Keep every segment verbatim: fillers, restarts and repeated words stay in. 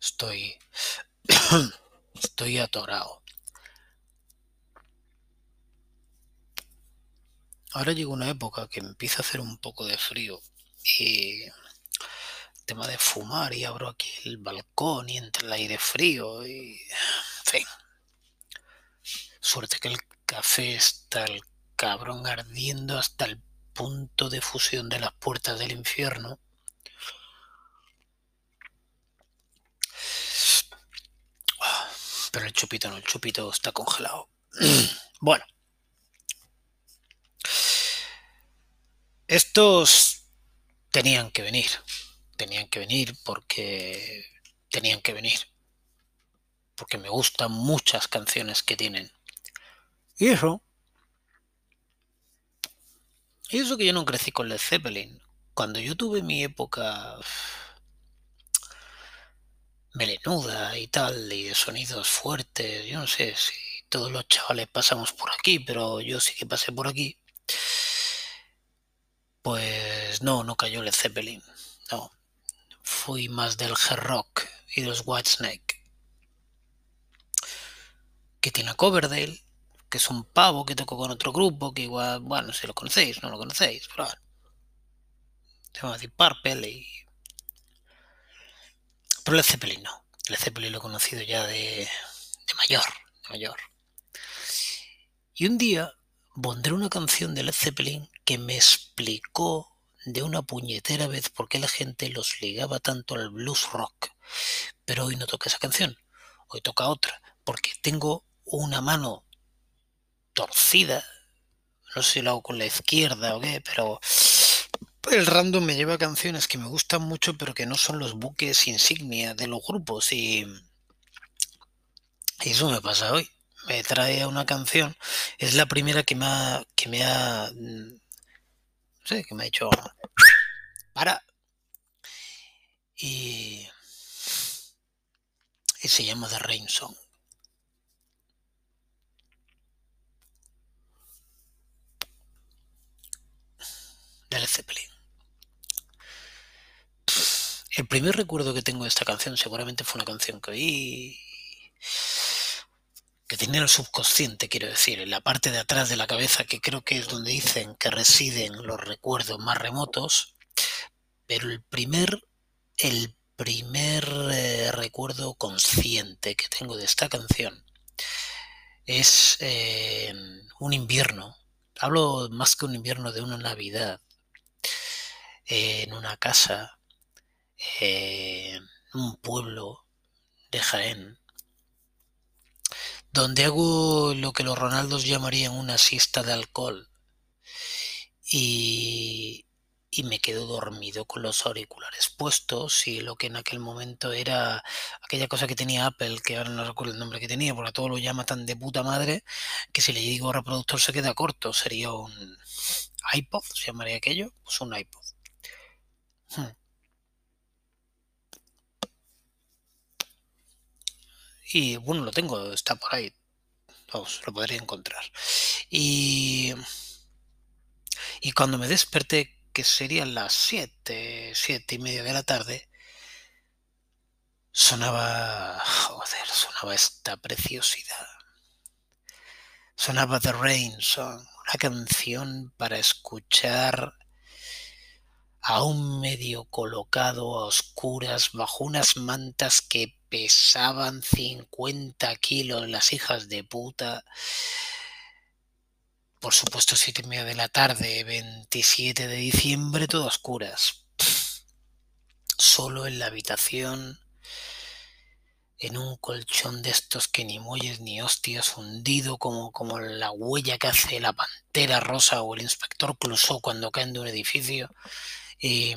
Estoy, estoy atorado. Ahora llega una época que empieza a hacer un poco de frío y el tema de fumar y abro aquí el balcón y entra el aire frío y, en fin, suerte que el café está el cabrón ardiendo hasta el punto de fusión de las puertas del infierno. Pero el chupito no, el chupito está congelado. Bueno, estos tenían que venir. Tenían que venir porque tenían que venir. Porque me gustan muchas canciones que tienen. Y eso, y eso que yo no crecí con Led Zeppelin. Cuando yo tuve mi época melenuda y tal, y de sonidos fuertes, yo no sé si todos los chavales pasamos por aquí, pero yo sí que pasé por aquí. Pues no, no cayó Led Zeppelin. No, fui más del hard rock y de los Whitesnake. Que tiene a Coverdale, que es un pavo que tocó con otro grupo, que igual, bueno, si lo conocéis, no lo conocéis, pero bueno, se llama Deep Purple y... Pero Led Zeppelin no. Led Zeppelin lo he conocido ya de, de mayor, de mayor. Y un día pondré una canción de Led Zeppelin que me explicó de una puñetera vez por qué la gente los ligaba tanto al blues rock. Pero hoy no toca esa canción, hoy toca otra, porque tengo una mano torcida. No sé si lo hago con la izquierda o qué, pero el random me lleva a canciones que me gustan mucho, pero que no son los buques insignia de los grupos. Y, y eso me pasa hoy. Me trae una canción. Es la primera que me ha, que me ha, no sé, que me ha hecho para. Y, y se llama The Rain Song de Led Zeppelin. El primer recuerdo que tengo de esta canción seguramente fue una canción que oí, que tenía el subconsciente, quiero decir, en la parte de atrás de la cabeza, que creo que es donde dicen que residen los recuerdos más remotos. Pero el primer, el primer eh, recuerdo consciente que tengo de esta canción es eh, un invierno. Hablo más que un invierno, de una Navidad eh, en una casa, eh, en un pueblo de Jaén, donde hago lo que los Ronaldos llamarían una siesta de alcohol y, y me quedo dormido con los auriculares puestos, y lo que en aquel momento era aquella cosa que tenía Apple, que ahora no recuerdo el nombre que tenía, porque a todo lo llama tan de puta madre que si le digo reproductor se queda corto. Sería un iPod, se llamaría aquello, pues un iPod. Hmm. Y bueno, lo tengo, está por ahí, vamos, lo podría encontrar. Y, y cuando me desperté, que serían las siete, siete y media de la tarde, sonaba, joder, sonaba esta preciosidad. Sonaba The Rain Song, una canción para escuchar aún medio colocado a oscuras bajo unas mantas que pesaban cincuenta kilos, las hijas de puta. Por supuesto, siete y media de la tarde, veintisiete de diciembre, todo a oscuras. Solo en la habitación, en un colchón de estos que ni muelles ni hostias, hundido como, como la huella que hace la pantera rosa o el inspector Clouseau cuando caen de un edificio. Y,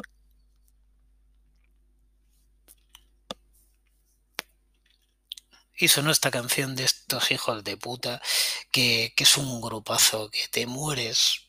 y sonó esta canción de estos hijos de puta, que, que es un grupazo que te mueres.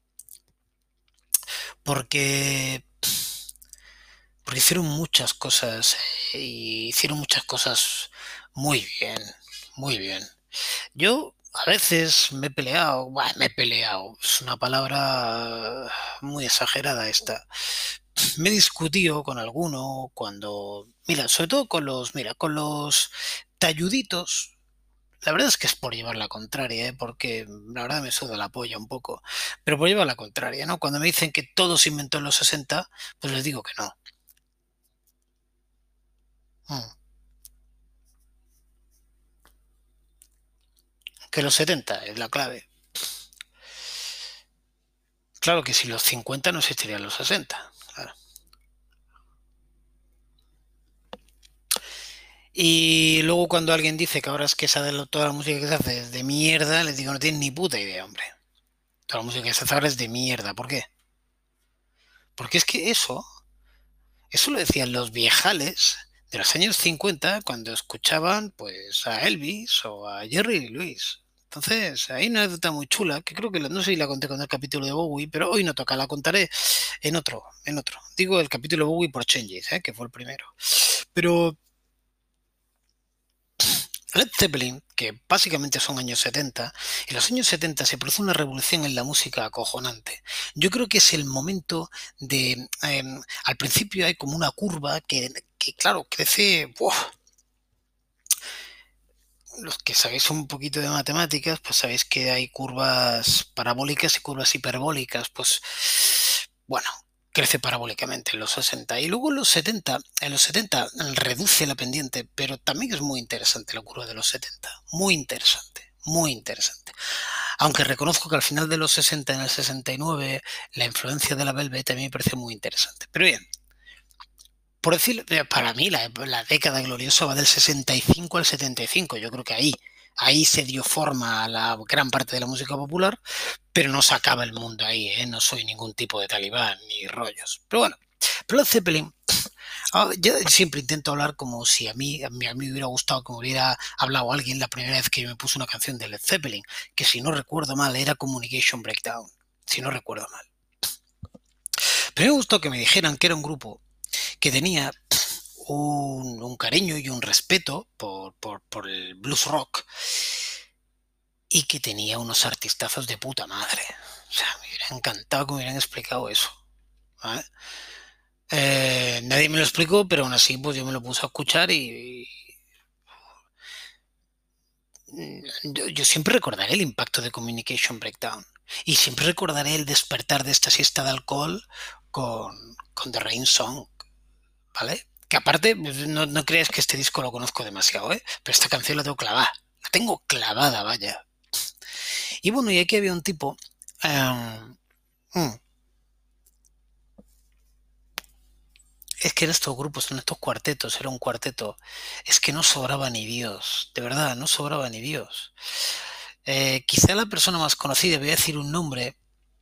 Porque, porque hicieron muchas cosas, eh, y hicieron muchas cosas muy bien, muy bien. Yo a veces me he peleado, bueno, me he peleado, es una palabra muy exagerada esta, me he discutido con alguno cuando, mira, sobre todo con los, mira, con los talluditos. La verdad es que es por llevar la contraria, ¿eh? Porque la verdad me suda la polla un poco. Pero por llevar la contraria, ¿no? Cuando me dicen que todo se inventó en los sesenta, pues les digo que no. Mm. Que los setenta es la clave. Claro que si los cincuenta no existirían los sesenta. Claro. Y luego cuando alguien dice que ahora es que esa de lo- toda la música que se hace es de mierda, les digo, no tienen ni puta idea, hombre. Toda la música que se hace ahora es de mierda. ¿Por qué? Porque es que eso, eso lo decían los viejales de los años cincuenta cuando escuchaban pues a Elvis o a Jerry Lee Lewis. Entonces, hay una anécdota muy chula que creo que la- no sé si la conté con el capítulo de Bowie, pero hoy no toca, la contaré en otro, en otro. Digo el capítulo de Bowie por Changes, ¿eh? Que fue el primero. Pero Led Zeppelin, que básicamente son años setenta, en los años setenta se produce una revolución en la música acojonante. Yo creo que es el momento de... eh, al principio hay como una curva que, que claro, crece... ¡buah! Los que sabéis un poquito de matemáticas, pues sabéis que hay curvas parabólicas y curvas hiperbólicas. Pues bueno, crece parabólicamente en los sesenta. Y luego en los setenta, en los setenta reduce la pendiente, pero también es muy interesante la curva de los setenta. Muy interesante, muy interesante. Aunque reconozco que al final de los sesenta, en el sesenta y nueve, la influencia de la Velvet también me parece muy interesante. Pero bien, por decir, eh, para mí la, la década gloriosa va del sesenta y cinco al setenta y cinco. Yo creo que ahí, ahí se dio forma a la gran parte de la música popular, pero no se acaba el mundo ahí, ¿eh? No soy ningún tipo de talibán ni rollos. Pero bueno, pero Led Zeppelin, ah, yo siempre intento hablar como si a mí, a mí, a mí me hubiera gustado, como hubiera hablado alguien la primera vez que me puso una canción de Led Zeppelin, que si no recuerdo mal era Communication Breakdown, si no recuerdo mal. Pero me gustó que me dijeran que era un grupo que tenía un, un cariño y un respeto por, por, por el blues rock y que tenía unos artistazos de puta madre. O sea, me hubiera encantado que me hubieran explicado eso. ¿Vale? Eh, nadie me lo explicó, pero aún así pues yo me lo puse a escuchar y, y yo, yo siempre recordaré el impacto de Communication Breakdown y siempre recordaré el despertar de esta siesta de alcohol con, con The Rain Song, ¿vale? Que aparte, no, no creas que este disco lo conozco demasiado, ¿eh? Pero esta canción la tengo clavada. La tengo clavada, vaya. Y bueno, y aquí había un tipo. Um, mm, es que en estos grupos, en estos cuartetos, era un cuarteto. Es que no sobraba ni Dios. De verdad, no sobraba ni Dios. Eh, quizá la persona más conocida, voy a decir un nombre,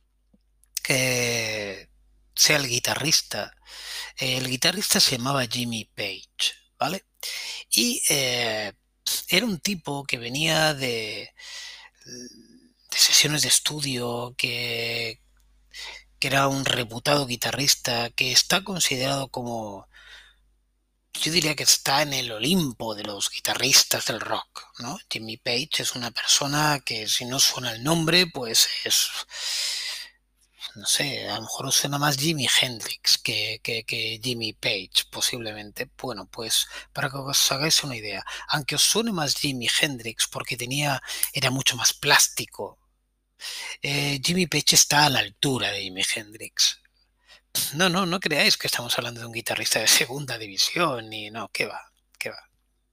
que sea el guitarrista. Eh, el guitarrista se llamaba Jimmy Page, ¿vale? Y eh, era un tipo que venía de, de sesiones de estudio, que, que era un reputado guitarrista, que está considerado como, yo diría que está en el Olimpo de los guitarristas del rock, ¿no? Jimmy Page es una persona que si no suena el nombre, pues es, no sé, a lo mejor os suena más Jimi Hendrix que, que, que Jimmy Page, posiblemente. Bueno, pues para que os hagáis una idea, aunque os suene más Jimi Hendrix porque tenía, era mucho más plástico, eh, Jimmy Page está a la altura de Jimi Hendrix. No, no, no creáis que estamos hablando de un guitarrista de segunda división, ni no, qué va, qué va.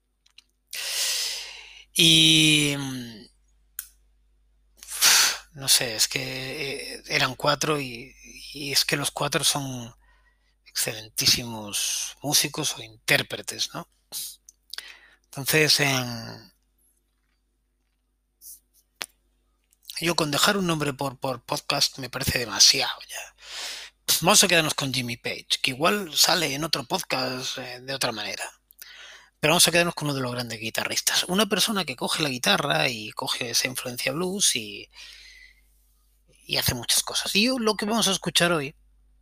Y mm, no sé, es que eh, eran cuatro y, y es que los cuatro son excelentísimos músicos o intérpretes, ¿no? Entonces, en- yo con dejar un nombre por, por podcast me parece demasiado ya. Vamos a quedarnos con Jimmy Page, que igual sale en otro podcast eh, de otra manera. Pero vamos a quedarnos con uno de los grandes guitarristas. Una persona que coge la guitarra y coge esa influencia blues y, y hace muchas cosas. Y yo, lo que vamos a escuchar hoy,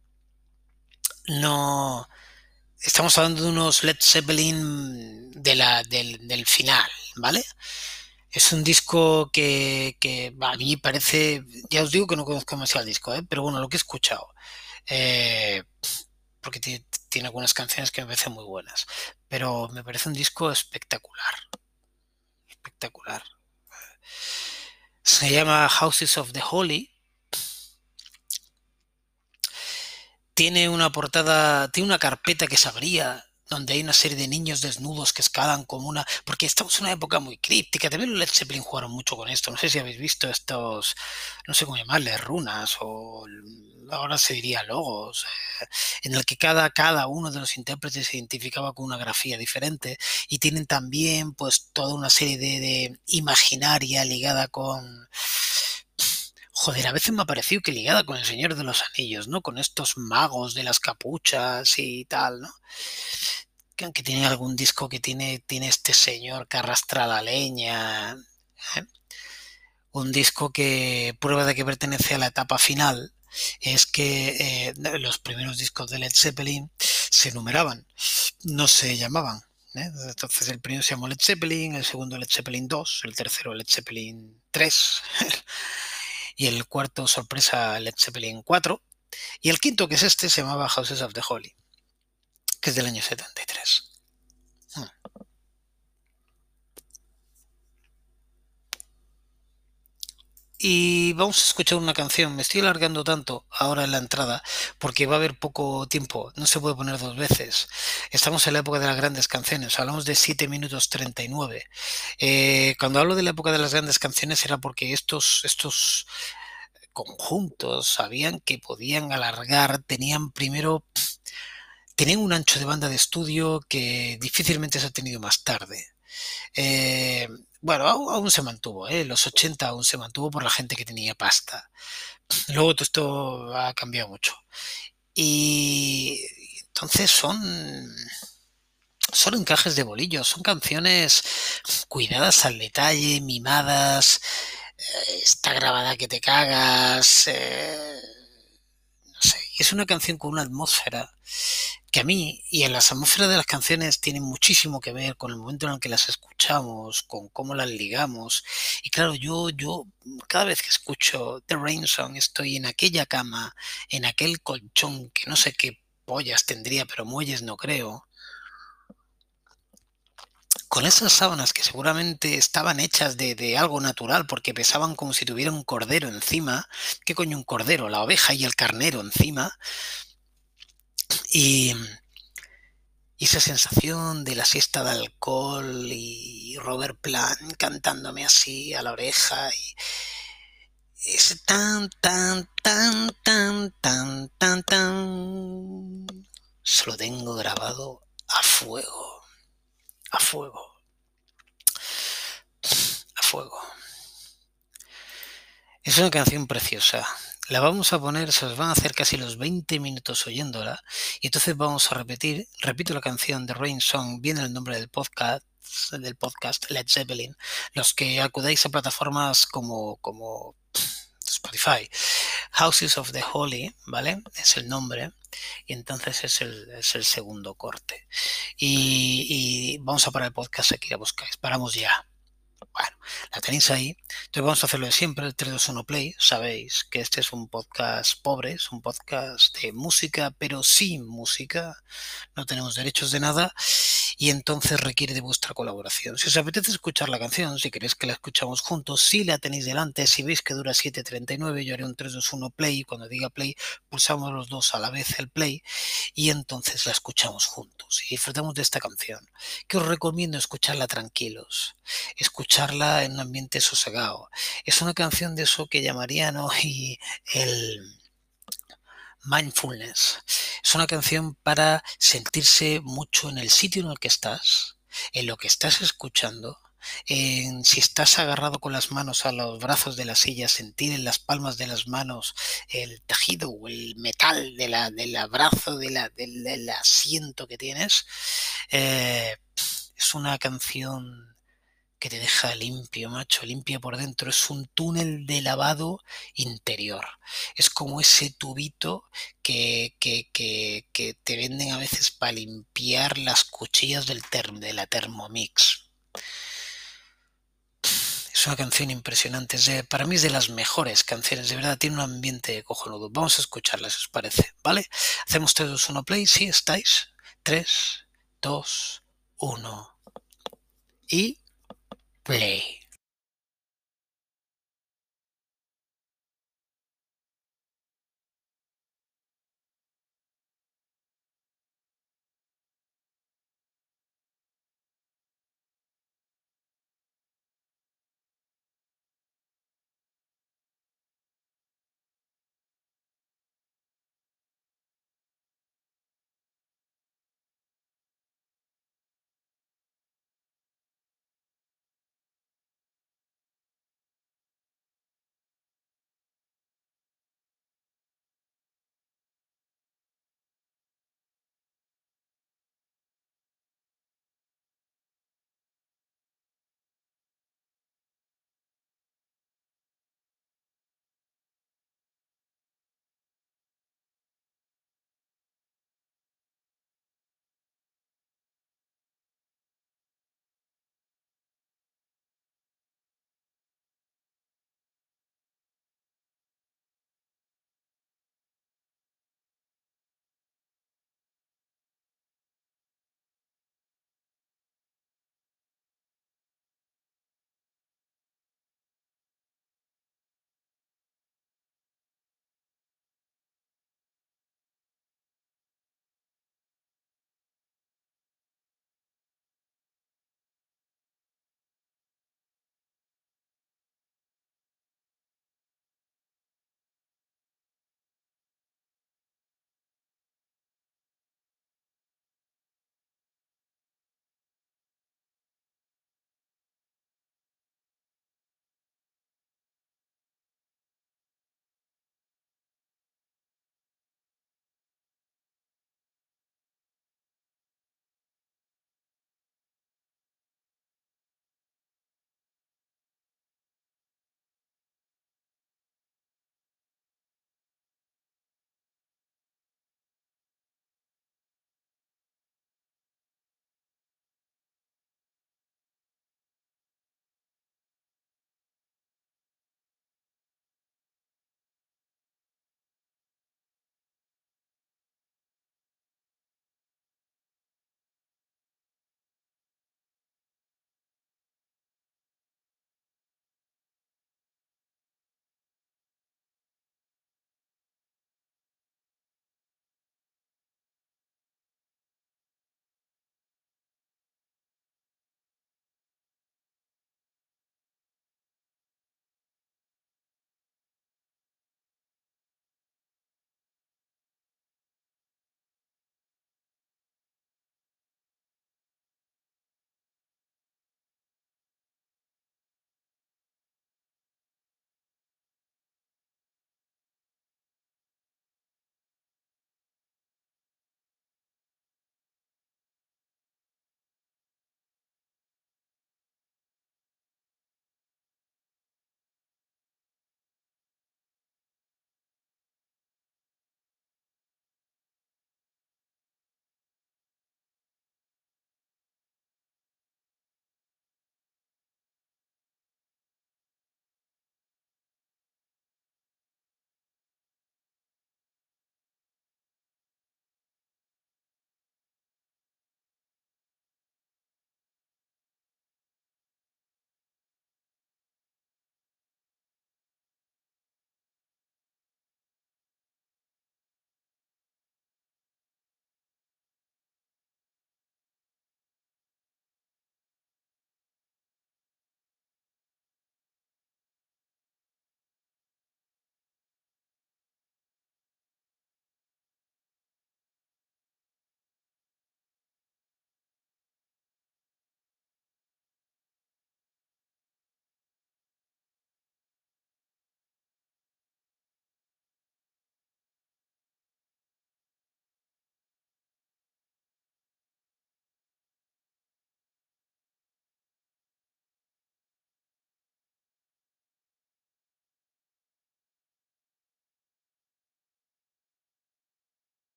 no... Estamos hablando de unos Led Zeppelin de la, del, del final, ¿vale? Es un disco que, que a mí parece, ya os digo que no conozco demasiado el disco, ¿eh? Pero bueno, lo que he escuchado. Eh, porque tiene, tiene algunas canciones que me parecen muy buenas, pero me parece un disco espectacular, espectacular. Se llama Houses of the Holy. Tiene una portada, tiene una carpeta que se abría, donde hay una serie de niños desnudos que escalan como una... Porque estamos en una época muy críptica. También los Led Zeppelin jugaron mucho con esto. No sé si habéis visto estos, no sé cómo llamarles, runas o ahora se diría logos, eh, en el que cada, cada uno de los intérpretes se identificaba con una grafía diferente y tienen también pues toda una serie de, de imaginaria ligada con... Joder, a veces me ha parecido que ligada con el Señor de los Anillos, ¿no? Con estos magos de las capuchas y tal, ¿no? Que aunque tiene algún disco que tiene, tiene este señor que arrastra la leña. ¿eh? Un disco que prueba de que pertenece a la etapa final es que eh, los primeros discos de Led Zeppelin se numeraban, no se llamaban. ¿eh? Entonces el primero se llamó Led Zeppelin, el segundo Led Zeppelin dos, el tercero Led Zeppelin tres y el cuarto, sorpresa, Led Zeppelin cuatro, y el quinto, que es este, se llamaba Houses of the Holy, que es del año setenta y tres. Hmm. Y vamos a escuchar una canción. Me estoy alargando tanto ahora en la entrada porque va a haber poco tiempo. No se puede poner dos veces. Estamos en la época de las grandes canciones. Hablamos de siete minutos treinta y nueve. Eh, cuando hablo de la época de las grandes canciones era porque estos, estos conjuntos sabían que podían alargar. Tenían primero... Tenían un ancho de banda de estudio que difícilmente se ha tenido más tarde. Eh, bueno, aún, aún se mantuvo, ¿eh? Los ochenta aún se mantuvo por la gente que tenía pasta. Luego todo esto ha cambiado mucho. Y entonces son, son encajes de bolillos, son canciones cuidadas al detalle, mimadas, eh, está grabada que te cagas. Eh, no sé, y es una canción con una atmósfera que a mí y en las atmósferas de las canciones tienen muchísimo que ver con el momento en el que las escuchamos, con cómo las ligamos. Y claro, yo, yo cada vez que escucho The Rain Song estoy en aquella cama, en aquel colchón que no sé qué pollas tendría, pero muelles no creo, con esas sábanas que seguramente estaban hechas de, de algo natural porque pesaban como si tuviera un cordero encima. ¿Qué coño un cordero? La oveja y el carnero encima. Y, Y esa sensación de la siesta de alcohol y Robert Plant cantándome así a la oreja y ese tan, tan, tan, tan, tan, tan, tan, se lo tengo grabado a fuego, a fuego, a fuego. Es una canción preciosa. La vamos a poner, se os van a hacer casi los veinte minutos oyéndola y entonces vamos a repetir, repito la canción de Rain Song, viene el nombre del podcast, del podcast Led Zeppelin. Los que acudáis a plataformas como, como Spotify, Houses of the Holy, ¿vale? Es el nombre y entonces es el, es el segundo corte. Y, y vamos a parar el podcast aquí, la buscáis. Paramos ya. Bueno, la tenéis ahí. Entonces vamos a hacerlo de siempre, el tres dos uno Play. Sabéis que este es un podcast pobre, es un podcast de música, pero sin música. No tenemos derechos de nada y entonces requiere de vuestra colaboración. Si os apetece escuchar la canción, si queréis que la escuchamos juntos, si la tenéis delante, si veis que dura siete treinta y nueve, yo haré un tres dos uno Play y cuando diga Play pulsamos los dos a la vez el Play y entonces la escuchamos juntos y disfrutamos de esta canción, que os recomiendo escucharla tranquilos, escucharla en un ambiente sosegado. Es una canción de eso que llamarían hoy el mindfulness. Es una canción para sentirse mucho en el sitio en el que estás, en lo que estás escuchando, en si estás agarrado con las manos a los brazos de la silla, sentir en las palmas de las manos el tejido o el metal de la, del abrazo, de la, del, del asiento que tienes. Eh, es una canción que te deja limpio, macho, limpia por dentro. Es un túnel de lavado interior. Es como ese tubito que, que, que, que te venden a veces para limpiar las cuchillas del term, de la Thermomix. Es una canción impresionante, es de- para mí es de las mejores canciones, de verdad, tiene un ambiente cojonudo. Vamos a escucharla, si os parece, ¿vale? Hacemos todos uno play, ¿sí estáis? Tres, dos, uno y play.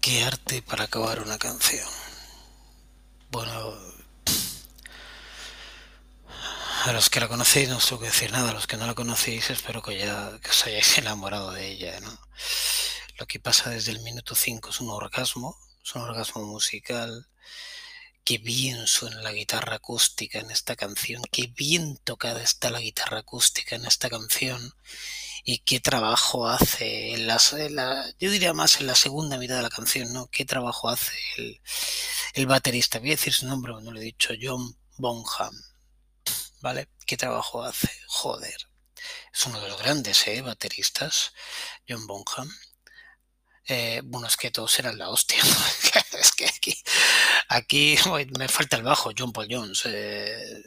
¿Qué arte para acabar una canción? Bueno, a los que la conocéis no os tengo que decir nada, a los que no la conocéis espero que ya que os hayáis enamorado de ella, ¿no? Lo que pasa desde el minuto cinco es un orgasmo, es un orgasmo musical. Qué bien suena la guitarra acústica en esta canción, qué bien tocada está la guitarra acústica en esta canción y qué trabajo hace en, las, en la, yo diría más en la segunda mitad de la canción, ¿no? Qué trabajo hace el, el baterista, voy a decir su nombre, no lo he dicho, John Bonham, ¿vale? ¿Qué trabajo hace? Joder, es uno de los grandes, ¿eh? Bateristas, John Bonham. Eh, bueno, es que todos eran la hostia, ¿no? Es que aquí, aquí me falta el bajo, John Paul Jones. Eh,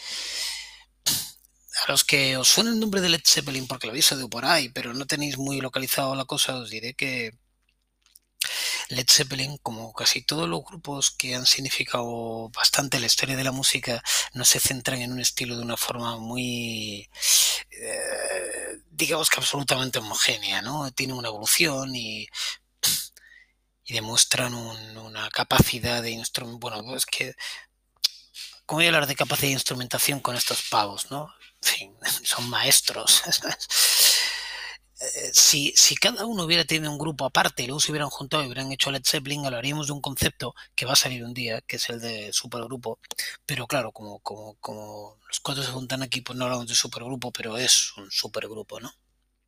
a los que os suena el nombre de Led Zeppelin porque lo habéis oído por ahí, pero no tenéis muy localizado la cosa, os diré que Led Zeppelin, como casi todos los grupos que han significado bastante la historia de la música, no se centran en un estilo de una forma muy, eh, digamos que absolutamente homogénea, ¿no? Tiene una evolución y, y demuestran un, una capacidad de instrumento. Bueno, es que, ¿cómo voy a hablar de capacidad de instrumentación con estos pavos, no? En fin, son maestros. Eh, si, si cada uno hubiera tenido un grupo aparte y luego se hubieran juntado y hubieran hecho Led Zeppelin, hablaríamos de un concepto que va a salir un día, que es el de supergrupo. Pero claro, como, como, como los cuatro se juntan aquí, pues no hablamos de supergrupo, pero es un supergrupo, ¿no?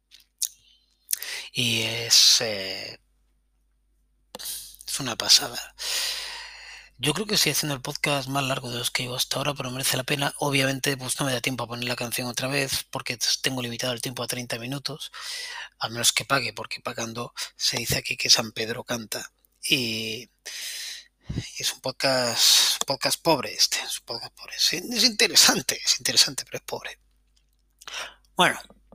Y es, eh, es una pasada. Yo creo que estoy haciendo el podcast más largo de los que llevo hasta ahora, pero merece la pena. Obviamente, pues no me da tiempo a poner la canción otra vez, porque tengo limitado el tiempo a treinta minutos, a menos que pague, porque pagando se dice aquí que San Pedro canta. Y, y es un podcast, podcast pobre este, es un podcast pobre. Es, es interesante, es interesante, pero es pobre. Bueno,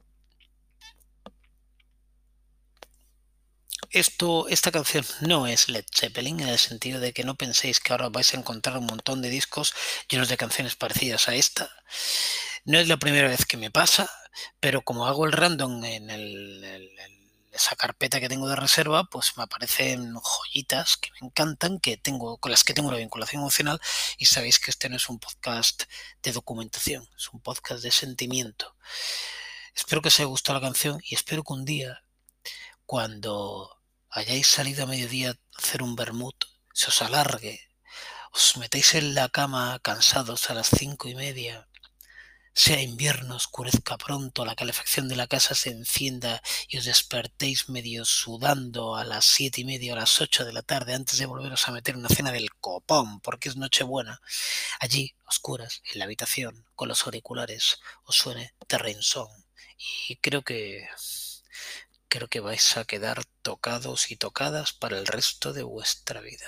esto, esta canción no es Led Zeppelin en el sentido de que no penséis que ahora vais a encontrar un montón de discos llenos de canciones parecidas a esta. No es la primera vez que me pasa, pero como hago el random en el, el, el, esa carpeta que tengo de reserva, pues me aparecen joyitas que me encantan, que tengo, con las que tengo una vinculación emocional, y sabéis que este no es un podcast de documentación, es un podcast de sentimiento. Espero que os haya gustado la canción y espero que un día, cuando hayáis salido a mediodía a hacer un vermut, se os alargue, os metéis en la cama cansados a las cinco y media, sea invierno, oscurezca pronto, la calefacción de la casa se encienda y os despertéis medio sudando a las siete y media o a las ocho de la tarde antes de volveros a meter una cena del copón, porque es Nochebuena. Allí, oscuras, en la habitación, con los auriculares, os suene Terrensón. Y creo que creo que vais a quedar tocados y tocadas para el resto de vuestra vida.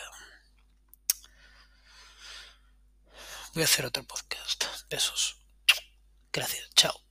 Voy a hacer otro podcast. Besos. Gracias. Chao.